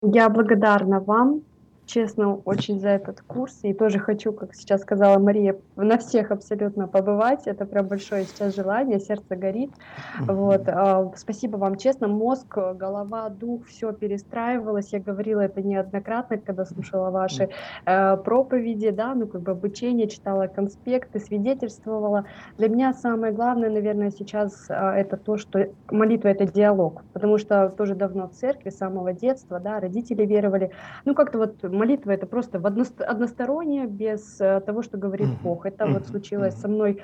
Я благодарна вам, честно, очень за этот курс. И тоже хочу, как сейчас сказала Мария, на всех абсолютно побывать. Это прям большое сейчас желание, сердце горит. Вот, Мгм. спасибо вам, честно, мозг, голова, дух, все перестраивалось. Я говорила это неоднократно, когда слушала ваши М. проповеди, да, ну, как бы обучение, читала конспекты, свидетельствовала. Для меня самое главное, наверное, сейчас это то, что молитва — это диалог, потому что тоже давно в церкви, с самого детства, да, родители веровали. Ну, как-то вот молитва — это просто односторонняя, без того, что говорит Мгм. Бог. Это вот Мгм. случилось со Мгм. мной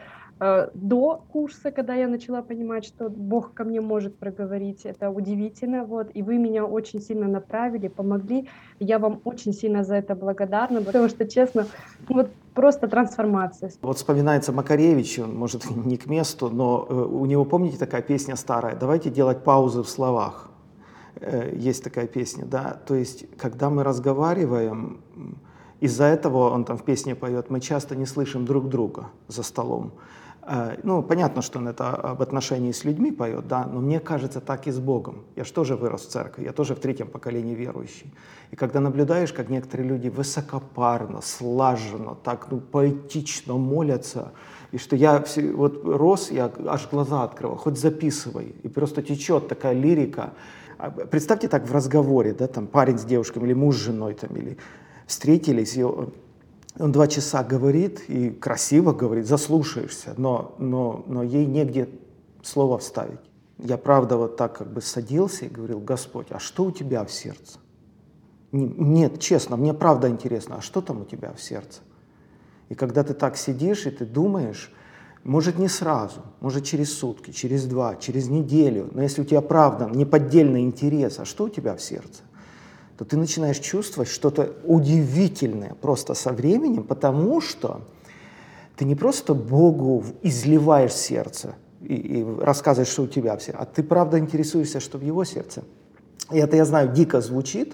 до курса, когда я начала понимать, что Бог ко мне может проговорить. Это удивительно, вот. И вы меня очень сильно направили, помогли. Я вам очень сильно за это благодарна, потому что, честно, ну вот просто трансформация. Вот вспоминается Макаревич, он, может, не к месту, но у него, помните, такая песня старая «Давайте делать паузы в словах». Есть такая песня, да. То есть, когда мы разговариваем, из-за этого, он там в песне поет, мы часто не слышим друг друга за столом. Ну, понятно, что он это об отношении с людьми поет, да, но мне кажется, так и с Богом. Я же тоже вырос в церкви, я тоже в третьем поколении верующий. И когда наблюдаешь, как некоторые люди высокопарно, слаженно, так, ну, поэтично молятся, и что я вот рос, я аж глаза открывал, хоть записывай, и просто течет такая лирика. Представьте так в разговоре, да, там парень с девушкой или муж с женой, там, или встретились, и он 2 часа говорит, и красиво говорит, заслушаешься, но ей негде слово вставить. Я правда вот так как бы садился и говорил: Господь, а что у тебя в сердце? Нет, честно, мне правда интересно, а что там у тебя в сердце? И когда ты так сидишь и ты думаешь, может не сразу, может через сутки, через 2, через неделю, но если у тебя правда неподдельный интерес, а что у тебя в сердце, то ты начинаешь чувствовать что-то удивительное просто со временем, потому что ты не просто Богу изливаешь сердце и рассказываешь, что у тебя в сердце, а ты правда интересуешься, что в его сердце. И это, я знаю, дико звучит,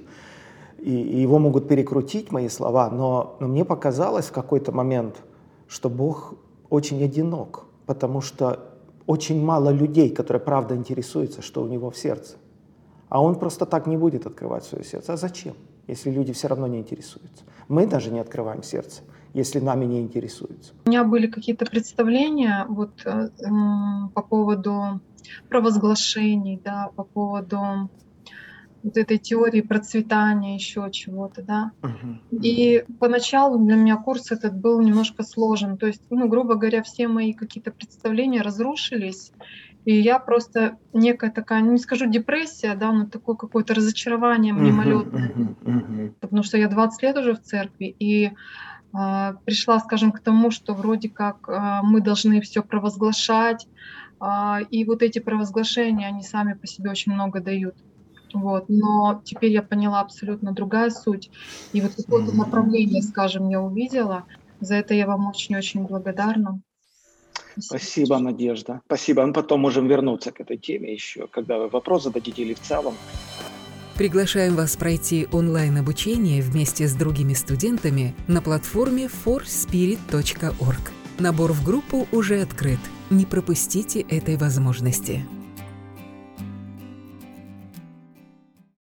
и его могут перекрутить мои слова, но мне показалось в какой-то момент, что Бог очень одинок, потому что очень мало людей, которые правда интересуются, что у него в сердце. А он просто так не будет открывать свое сердце. А зачем, если люди все равно не интересуются? Мы даже не открываем сердце, если нами не интересуются. У меня были какие-то представления вот, по поводу провозглашений, да, по поводу вот этой теории процветания, еще чего-то, да. Мгм, мгм, И поначалу для меня курс этот был немножко сложен. То есть, ну, грубо говоря, все мои какие-то представления разрушились, и я просто некая такая, ну, не скажу депрессия, да, но такое какое-то разочарование мгм, мимолетное, мгм, мгм. потому что я 20 лет уже в церкви, и пришла, скажем, к тому, что вроде как, мы должны все провозглашать, и вот эти провозглашения, они сами по себе очень много дают. Вот, но теперь я поняла абсолютно другая суть. И вот какое-то Мгм. направление, скажем, я увидела. За это я вам очень-очень благодарна. Спасибо Спасибо, большое. Надежда. Спасибо. Мы потом можем вернуться к этой теме еще, когда вы вопрос зададите или в целом. Приглашаем вас пройти онлайн-обучение вместе с другими студентами на платформе forspirit.org. Набор в группу уже открыт. Не пропустите этой возможности.